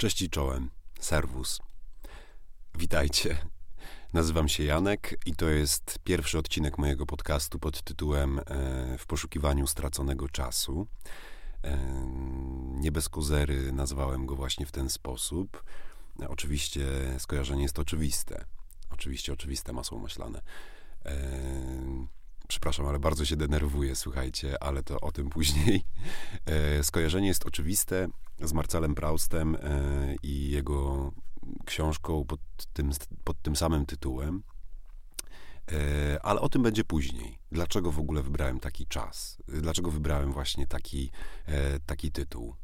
Cześć i czołem. Servus. Witajcie. Nazywam się Janek i to jest pierwszy odcinek mojego podcastu pod tytułem W poszukiwaniu straconego czasu. Nie bez kozery nazwałem go właśnie w ten sposób. Oczywiście skojarzenie jest oczywiste. Oczywiste masło maślane. Przepraszam, ale bardzo się denerwuję, słuchajcie, ale to o tym później. Skojarzenie jest oczywiste z Marcelem Proustem i jego książką pod tym samym tytułem, ale o tym będzie później. Dlaczego w ogóle wybrałem taki czas? Dlaczego wybrałem właśnie taki tytuł?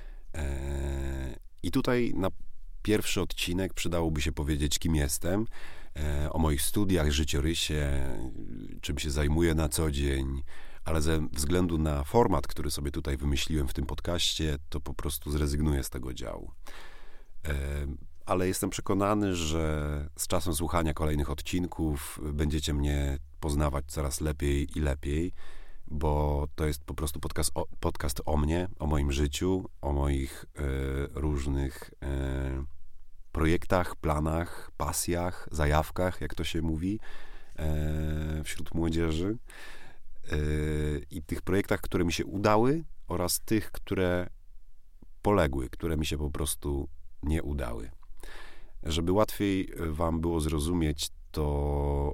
I tutaj na pierwszy odcinek przydałoby się powiedzieć, kim jestem, o moich studiach, życiorysie, czym się zajmuję na co dzień, ale ze względu na format, który sobie tutaj wymyśliłem w tym podcaście, to po prostu zrezygnuję z tego działu. Ale jestem przekonany, że z czasem słuchania kolejnych odcinków będziecie mnie poznawać coraz lepiej i lepiej, bo to jest po prostu podcast o mnie, o moim życiu, o moich różnych projektach, planach, pasjach, zajawkach, jak to się mówi wśród młodzieży. I tych projektach, które mi się udały oraz tych, które poległy, które mi się po prostu nie udały. Żeby łatwiej wam było zrozumieć, to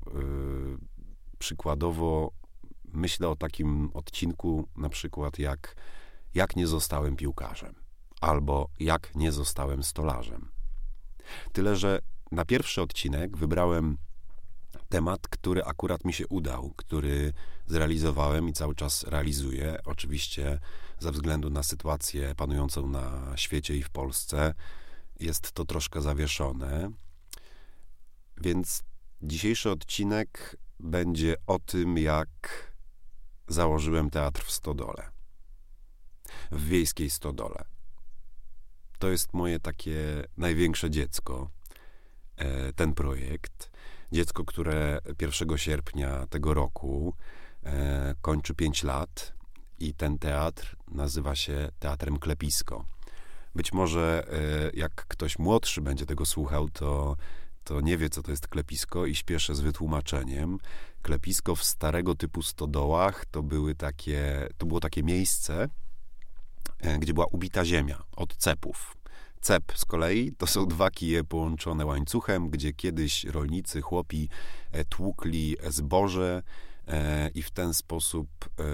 przykładowo myślę o takim odcinku, na przykład jak nie zostałem piłkarzem, albo jak nie zostałem stolarzem. Tyle, że na pierwszy odcinek wybrałem temat, który akurat mi się udał, który zrealizowałem i cały czas realizuję. Oczywiście ze względu na sytuację panującą na świecie i w Polsce jest to troszkę zawieszone. Więc dzisiejszy odcinek będzie o tym, jak założyłem teatr w Stodole. W wiejskiej Stodole. To jest moje takie największe dziecko, ten projekt. Dziecko, które 1 sierpnia tego roku kończy 5 lat i ten teatr nazywa się Teatrem Klepisko. Być może jak ktoś młodszy będzie tego słuchał, to nie wie, co to jest klepisko i śpieszę z wytłumaczeniem. Klepisko w starego typu stodołach to było takie miejsce, gdzie była ubita ziemia od cepów. Cep z kolei to są 2 kije połączone łańcuchem, gdzie kiedyś rolnicy, chłopi tłukli zboże i w ten sposób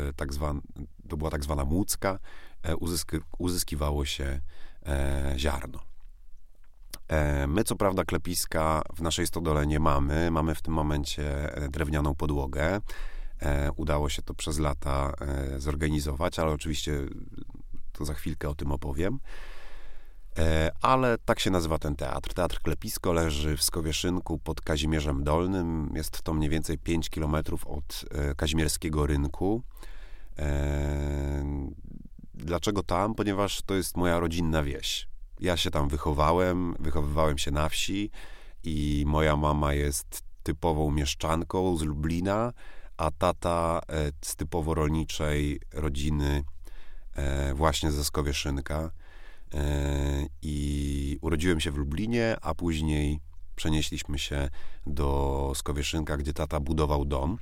to była tak zwana młódzka, uzyskiwało się ziarno. My co prawda klepiska w naszej stodole nie mamy. Mamy w tym momencie drewnianą podłogę. Udało się to przez lata zorganizować, ale oczywiście to za chwilkę o tym opowiem. Ale tak się nazywa ten teatr. Teatr Klepisko leży w Skowieszynku pod Kazimierzem Dolnym. Jest to mniej więcej 5 kilometrów od Kazimierskiego Rynku. Dlaczego tam? Ponieważ to jest moja rodzinna wieś. Ja się tam wychowywałem się na wsi i moja mama jest typową mieszczanką z Lublina, a tata z typowo rolniczej rodziny właśnie ze Skowieszynka. I urodziłem się w Lublinie, a później przenieśliśmy się do Skowieszynka, gdzie tata budował dom.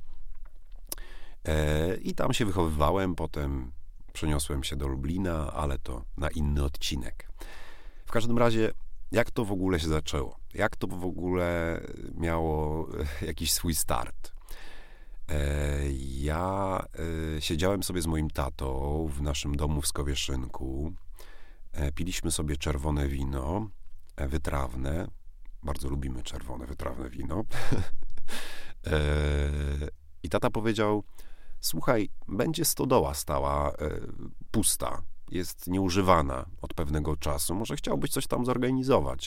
I tam się wychowywałem, potem przeniosłem się do Lublina, ale to na inny odcinek. W każdym razie, jak to w ogóle się zaczęło? Jak to w ogóle miało jakiś swój start? Ja siedziałem sobie z moim tatą w naszym domu w Skowieszynku. Piliśmy sobie czerwone wino, wytrawne. Bardzo lubimy czerwone, wytrawne wino. I tata powiedział: słuchaj, będzie stodoła stała pusta, jest nieużywana od pewnego czasu, może chciałbyś coś tam zorganizować.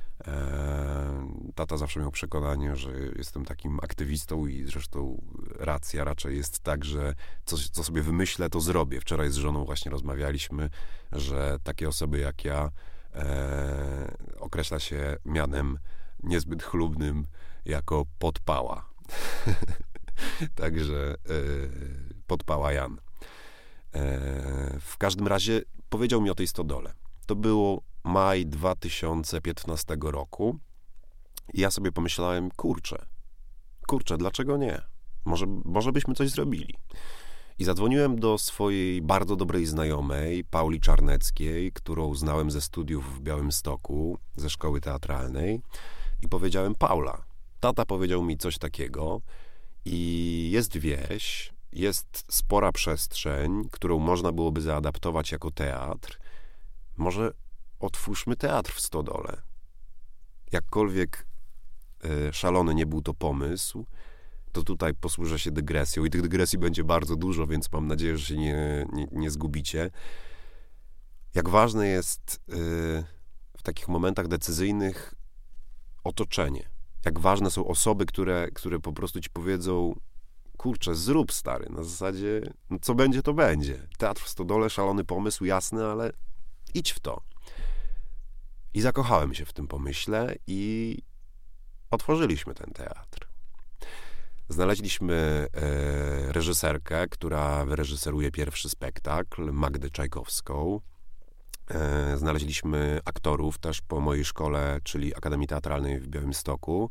Tata zawsze miał przekonanie, że jestem takim aktywistą i zresztą racja raczej jest tak, że co sobie wymyślę, to zrobię. Wczoraj z żoną właśnie rozmawialiśmy, że takie osoby jak ja określa się mianem niezbyt chlubnym jako podpała. Także podpała Jan. W każdym razie powiedział mi o tej stodole. To było maj 2015 roku i ja sobie pomyślałem, kurczę, dlaczego nie? Może byśmy coś zrobili. I zadzwoniłem do swojej bardzo dobrej znajomej, Pauli Czarneckiej, którą znałem ze studiów w Białymstoku, ze szkoły teatralnej i powiedziałem, Paula, tata powiedział mi coś takiego i jest wieś, jest spora przestrzeń, którą można byłoby zaadaptować jako teatr. Może otwórzmy teatr w Stodole. Jakkolwiek szalony nie był to pomysł, to tutaj posłużę się dygresją i tych dygresji będzie bardzo dużo, więc mam nadzieję, że się nie zgubicie. Jak ważne jest w takich momentach decyzyjnych otoczenie. Jak ważne są osoby, które po prostu ci powiedzą, kurczę, zrób stary, na zasadzie, no co będzie, to będzie. Teatr w Stodole, szalony pomysł, jasny, ale idź w to. I zakochałem się w tym pomyśle i otworzyliśmy ten teatr. Znaleźliśmy reżyserkę, która wyreżyseruje pierwszy spektakl, Magdę Czajkowską. Znaleźliśmy aktorów też po mojej szkole, czyli Akademii Teatralnej w Białymstoku.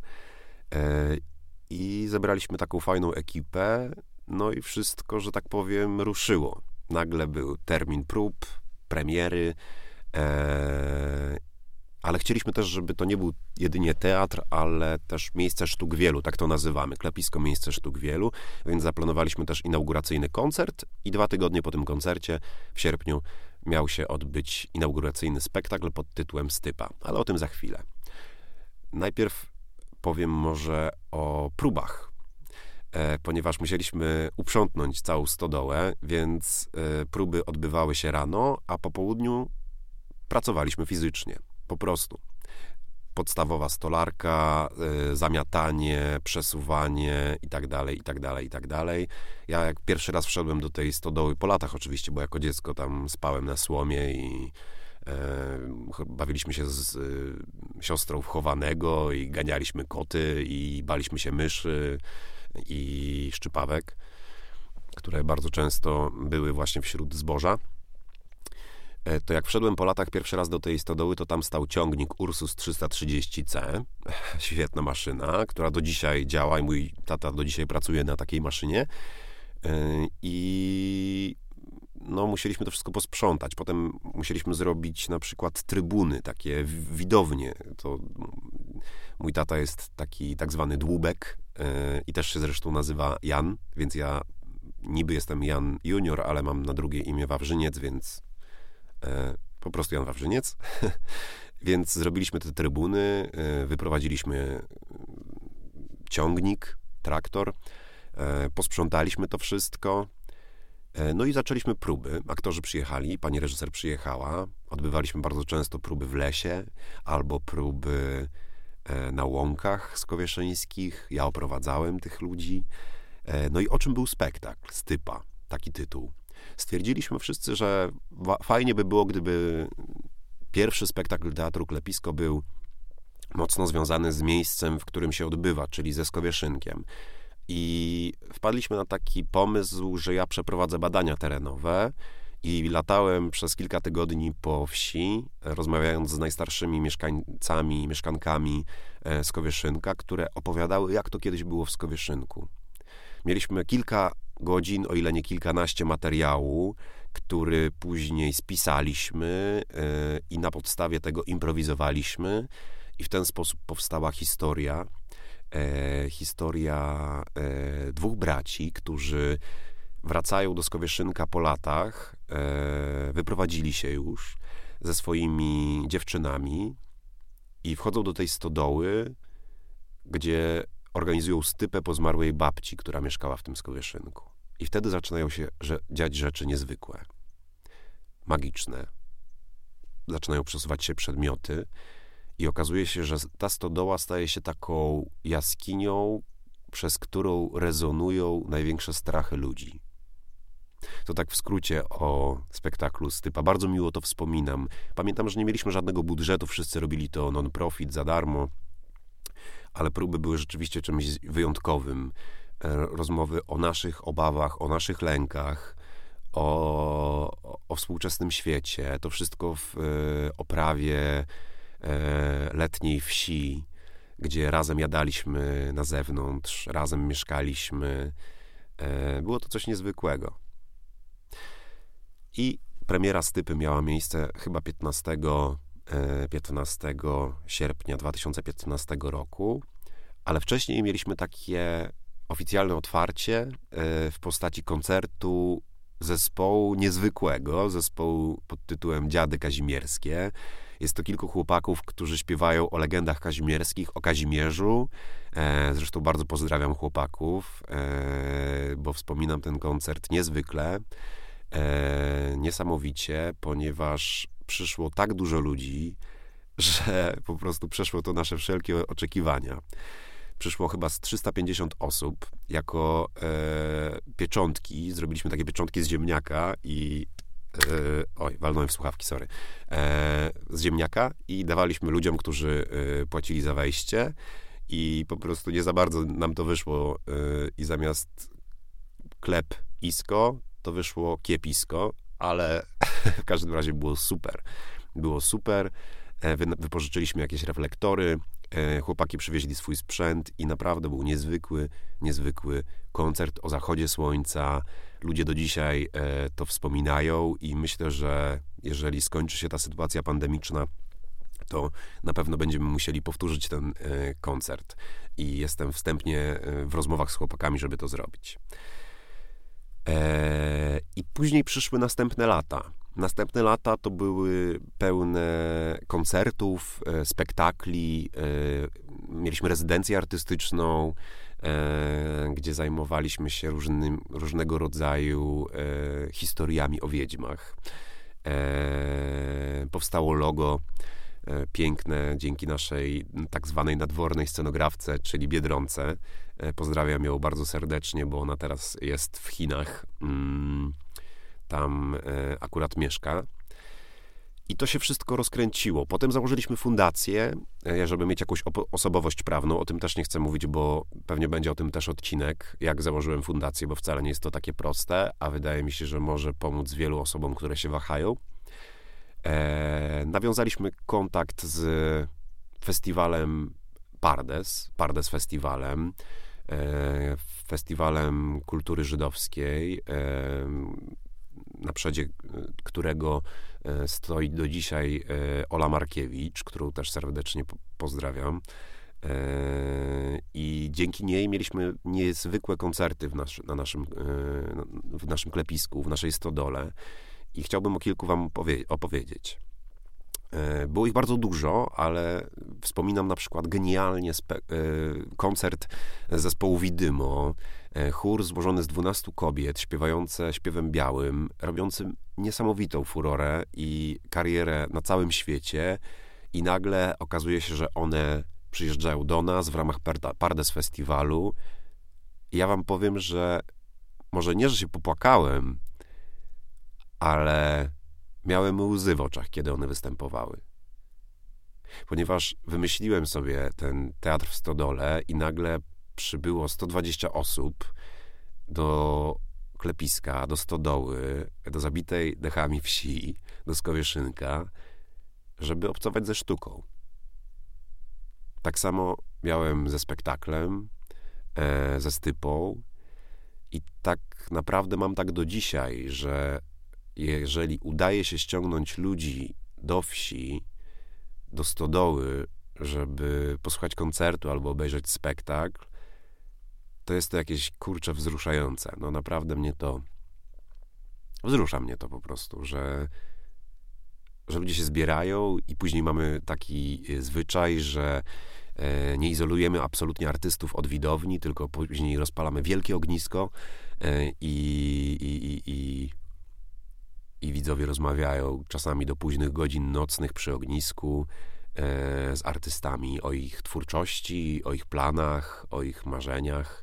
I zebraliśmy taką fajną ekipę, no i wszystko, że tak powiem, ruszyło. Nagle był termin prób, premiery, ale chcieliśmy też, żeby to nie był jedynie teatr, ale też miejsce sztuk wielu, tak to nazywamy, Klepisko Miejsce Sztuk Wielu, więc zaplanowaliśmy też inauguracyjny koncert i 2 tygodnie po tym koncercie, w sierpniu, miał się odbyć inauguracyjny spektakl pod tytułem Stypa, ale o tym za chwilę. Najpierw powiem może o próbach, ponieważ musieliśmy uprzątnąć całą stodołę, więc próby odbywały się rano, a po południu pracowaliśmy fizycznie. Po prostu. Podstawowa stolarka, zamiatanie, przesuwanie i tak dalej, i tak dalej, i tak dalej. Ja jak pierwszy raz wszedłem do tej stodoły, po latach oczywiście, bo jako dziecko tam spałem na słomie i bawiliśmy się z siostrą w chowanego i ganialiśmy koty i baliśmy się myszy i szczypawek, które bardzo często były właśnie wśród zboża. To jak wszedłem po latach pierwszy raz do tej stodoły, to tam stał ciągnik Ursus 330C, świetna maszyna, która do dzisiaj działa i mój tata do dzisiaj pracuje na takiej maszynie i no, musieliśmy to wszystko posprzątać. Potem musieliśmy zrobić na przykład trybuny, takie widownie. To mój tata jest taki tak zwany dłubek i też się zresztą nazywa Jan, więc ja niby jestem Jan Junior, ale mam na drugie imię Wawrzyniec, więc po prostu Jan Wawrzyniec. Więc zrobiliśmy te trybuny, wyprowadziliśmy ciągnik, traktor, posprzątaliśmy to wszystko, no i zaczęliśmy próby. Aktorzy przyjechali, pani reżyser przyjechała, odbywaliśmy bardzo często próby w lesie albo próby na łąkach skowieszyńskich. Ja oprowadzałem tych ludzi. No i o czym był spektakl? Stypa, taki tytuł. Stwierdziliśmy wszyscy, że fajnie by było, gdyby pierwszy spektakl Teatru Klepisko był mocno związany z miejscem, w którym się odbywa, czyli ze Skowieszynkiem. I wpadliśmy na taki pomysł, że ja przeprowadzę badania terenowe i latałem przez kilka tygodni po wsi, rozmawiając z najstarszymi mieszkańcami i mieszkankami Skowieszynka, które opowiadały, jak to kiedyś było w Skowieszynku. Mieliśmy kilka godzin, o ile nie kilkanaście materiału, który później spisaliśmy i na podstawie tego improwizowaliśmy i w ten sposób powstała historia dwóch braci, którzy wracają do Skowieszynka po latach, wyprowadzili się już ze swoimi dziewczynami i wchodzą do tej stodoły, gdzie organizują stypę po zmarłej babci, która mieszkała w tym Skowieszynku. I wtedy zaczynają się dziać rzeczy niezwykłe, magiczne. Zaczynają przesuwać się przedmioty i okazuje się, że ta stodoła staje się taką jaskinią, przez którą rezonują największe strachy ludzi. To tak w skrócie o spektaklu Stypa. Bardzo miło to wspominam. Pamiętam, że nie mieliśmy żadnego budżetu, wszyscy robili to non-profit, za darmo, ale próby były rzeczywiście czymś wyjątkowym. Rozmowy o naszych obawach, o naszych lękach, o współczesnym świecie, to wszystko w oprawie letniej wsi, gdzie razem jadaliśmy na zewnątrz, razem mieszkaliśmy. Było to coś niezwykłego. I premiera Stypy miała miejsce chyba 15 sierpnia 2015 roku, ale wcześniej mieliśmy takie oficjalne otwarcie w postaci koncertu zespołu niezwykłego, zespołu pod tytułem Dziady Kazimierskie. Jest to kilku chłopaków, którzy śpiewają o legendach kazimierskich, o Kazimierzu. Zresztą bardzo pozdrawiam chłopaków, bo wspominam ten koncert niezwykle, niesamowicie, ponieważ przyszło tak dużo ludzi, że po prostu przeszło to nasze wszelkie oczekiwania. Przyszło chyba z 350 osób jako pieczątki. Zrobiliśmy takie pieczątki z ziemniaka i walnąłem w słuchawki, sorry. Z ziemniaka i dawaliśmy ludziom, którzy płacili za wejście i po prostu nie za bardzo nam to wyszło i zamiast klep isko, to wyszło kiepisko, ale w każdym razie było super. Było super. Wypożyczyliśmy jakieś reflektory, chłopaki przywieźli swój sprzęt i naprawdę był niezwykły koncert o zachodzie słońca. Ludzie do dzisiaj to wspominają i myślę, że jeżeli skończy się ta sytuacja pandemiczna, to na pewno będziemy musieli powtórzyć ten koncert i jestem wstępnie w rozmowach z chłopakami, żeby to zrobić. I później przyszły następne lata. Następne lata to były pełne koncertów, spektakli. Mieliśmy rezydencję artystyczną, gdzie zajmowaliśmy się różnego rodzaju historiami o wiedźmach. Powstało logo piękne dzięki naszej tak zwanej nadwornej scenografce, czyli Biedronce. Pozdrawiam ją bardzo serdecznie, bo ona teraz jest w Chinach. Tam akurat mieszka. I to się wszystko rozkręciło. Potem założyliśmy fundację, żeby mieć jakąś osobowość prawną. O tym też nie chcę mówić, bo pewnie będzie o tym też odcinek, jak założyłem fundację, bo wcale nie jest to takie proste, a wydaje mi się, że może pomóc wielu osobom, które się wahają. Nawiązaliśmy kontakt z festiwalem Pardes Festiwalem, festiwalem kultury żydowskiej, na przodzie którego stoi do dzisiaj Ola Markiewicz, którą też serdecznie pozdrawiam. I dzięki niej mieliśmy niezwykłe koncerty w naszym klepisku, w naszej stodole. I chciałbym o kilku wam opowiedzieć. Było ich bardzo dużo, ale wspominam na przykład genialnie koncert zespołu Widymo, chór złożony z 12 kobiet, śpiewające śpiewem białym, robiącym niesamowitą furorę i karierę na całym świecie i nagle okazuje się, że one przyjeżdżają do nas w ramach Pardes Festiwalu i ja wam powiem, że może nie, że się popłakałem, ale miałem łzy w oczach, kiedy one występowały. Ponieważ wymyśliłem sobie ten teatr w stodole i nagle przybyło 120 osób do klepiska, do stodoły, do zabitej dechami wsi, do Skowieszynka, żeby obcować ze sztuką. Tak samo miałem ze spektaklem, ze Stypą i tak naprawdę mam tak do dzisiaj, że jeżeli udaje się ściągnąć ludzi do wsi, do stodoły, żeby posłuchać koncertu albo obejrzeć spektakl, to jest to jakieś, kurcze, wzruszające. No naprawdę wzrusza mnie to po prostu, że ludzie się zbierają i później mamy taki zwyczaj, że nie izolujemy absolutnie artystów od widowni, tylko później rozpalamy wielkie ognisko i widzowie rozmawiają czasami do późnych godzin nocnych przy ognisku z artystami o ich twórczości, o ich planach, o ich marzeniach.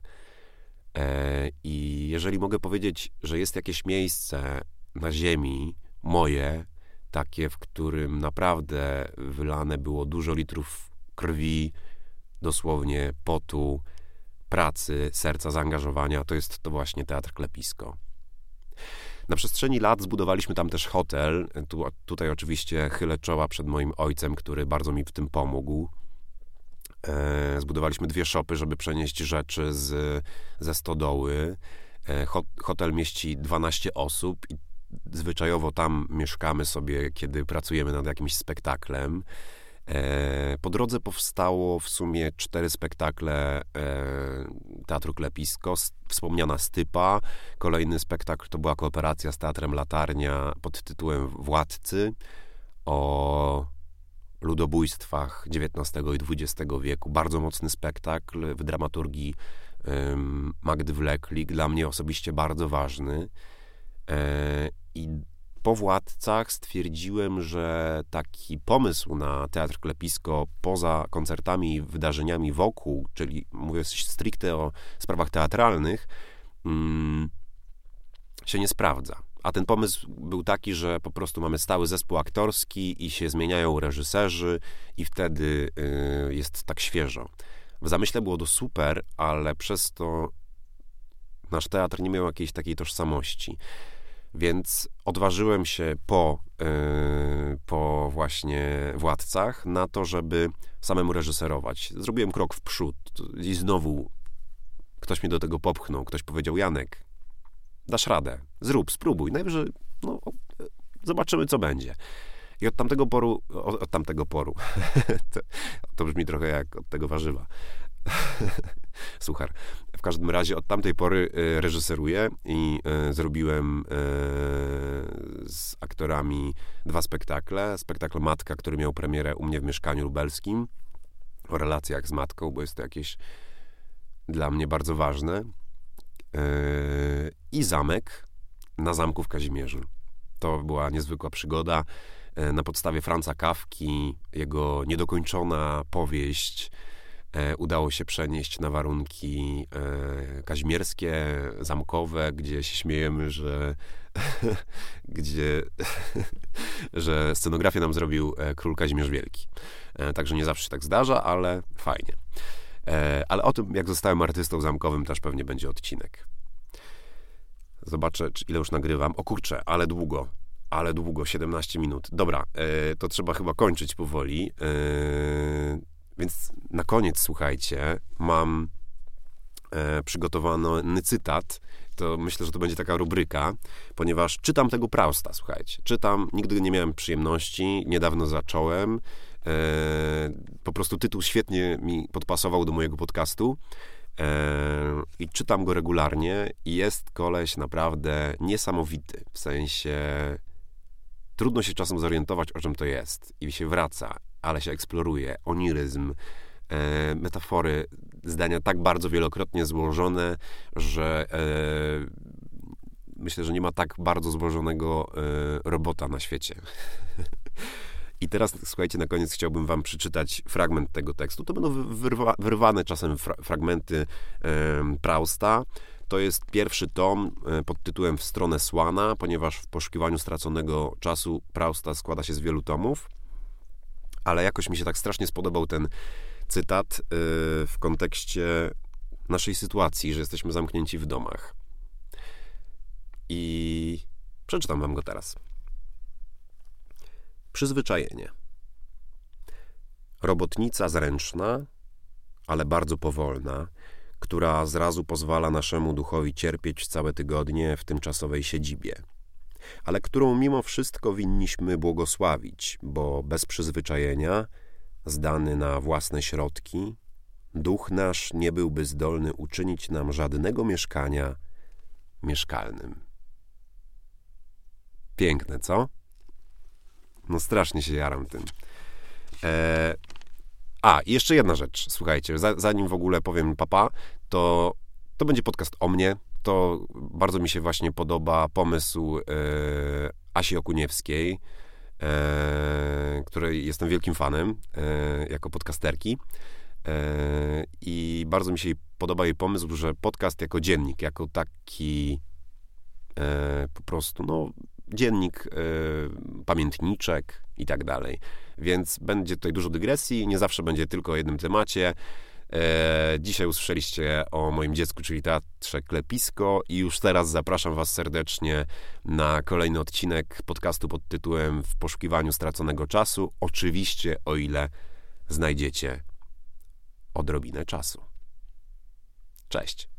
I jeżeli mogę powiedzieć, że jest jakieś miejsce na ziemi moje, takie, w którym naprawdę wylane było dużo litrów krwi, dosłownie potu, pracy, serca, zaangażowania, to jest to właśnie Teatr Klepisko. Na przestrzeni lat zbudowaliśmy tam też hotel. Tutaj oczywiście chylę czoła przed moim ojcem, który bardzo mi w tym pomógł. Zbudowaliśmy 2 szopy, żeby przenieść rzeczy ze stodoły. Hotel mieści 12 osób i zwyczajowo tam mieszkamy sobie, kiedy pracujemy nad jakimś spektaklem. Po drodze powstało w sumie 4 spektakle Teatru Klepisko, wspomniana Stypa. Kolejny spektakl to była kooperacja z Teatrem Latarnia pod tytułem Władcy, o ludobójstwach XIX i XX wieku. Bardzo mocny spektakl w dramaturgii Magdy Wleklik, dla mnie osobiście bardzo ważny. I po Władcach stwierdziłem, że taki pomysł na Teatr Klepisko poza koncertami i wydarzeniami wokół, czyli mówię stricte o sprawach teatralnych, się nie sprawdza. A ten pomysł był taki, że po prostu mamy stały zespół aktorski i się zmieniają reżyserzy i wtedy jest tak świeżo. W zamyśle było to super, ale przez to nasz teatr nie miał jakiejś takiej tożsamości. Więc odważyłem się po właśnie Władcach na to, żeby samemu reżyserować. Zrobiłem krok w przód i znowu ktoś mnie do tego popchnął. Ktoś powiedział: Janek, dasz radę, zrób, spróbuj. Najwyżej, zobaczymy, co będzie. I od tamtego poru, to brzmi trochę jak od tego warzywa. Suchar. W każdym razie od tamtej pory reżyseruję i zrobiłem z aktorami 2 spektakle. Spektakl Matka, który miał premierę u mnie w mieszkaniu lubelskim, o relacjach z matką, bo jest to jakieś dla mnie bardzo ważne. I Zamek na zamku w Kazimierzu. To była niezwykła przygoda. Na podstawie Franza Kafki, jego niedokończona powieść udało się przenieść na warunki kazimierskie, zamkowe, gdzie się śmiejemy, że scenografię nam zrobił król Kazimierz Wielki. Także nie zawsze się tak zdarza, ale fajnie. Ale o tym, jak zostałem artystą zamkowym, też pewnie będzie odcinek. Zobaczę, ile już nagrywam. O kurczę, ale długo, 17 minut. Dobra, to trzeba chyba kończyć powoli. Więc na koniec, słuchajcie, mam przygotowany cytat. To myślę, że to będzie taka rubryka, ponieważ czytam tego Prousta, słuchajcie. Nigdy nie miałem przyjemności, niedawno zacząłem. Po prostu tytuł świetnie mi podpasował do mojego podcastu. I czytam go regularnie i jest koleś naprawdę niesamowity. W sensie trudno się czasem zorientować, o czym to jest. I się wraca, ale się eksploruje. Oniryzm, metafory, zdania tak bardzo wielokrotnie złożone, że myślę, że nie ma tak bardzo złożonego robota na świecie. I teraz, słuchajcie, na koniec chciałbym wam przeczytać fragment tego tekstu. To będą wyrwane czasem fragmenty Prousta. To jest pierwszy tom pod tytułem W stronę Słana, ponieważ w poszukiwaniu straconego czasu Prousta składa się z wielu tomów. Ale jakoś mi się tak strasznie spodobał ten cytat w kontekście naszej sytuacji, że jesteśmy zamknięci w domach. I przeczytam wam go teraz. Przyzwyczajenie. Robotnica zręczna, ale bardzo powolna, która zrazu pozwala naszemu duchowi cierpieć całe tygodnie w tymczasowej siedzibie, ale którą mimo wszystko winniśmy błogosławić, bo bez przyzwyczajenia, zdany na własne środki, duch nasz nie byłby zdolny uczynić nam żadnego mieszkania mieszkalnym. Piękne, co? Strasznie się jaram tym. I jeszcze jedna rzecz, słuchajcie, zanim w ogóle powiem papa, to będzie podcast o mnie. To bardzo mi się właśnie podoba pomysł Asi Okuniewskiej, której jestem wielkim fanem jako podcasterki. I bardzo mi się podoba jej pomysł, że podcast jako dziennik, jako taki po prostu, dziennik, pamiętniczek i tak dalej. Więc będzie tutaj dużo dygresji, nie zawsze będzie tylko o jednym temacie. Dzisiaj usłyszeliście o moim dziecku, czyli Teatrze Klepisko i już teraz zapraszam was serdecznie na kolejny odcinek podcastu pod tytułem W poszukiwaniu straconego czasu. Oczywiście, o ile znajdziecie odrobinę czasu. Cześć.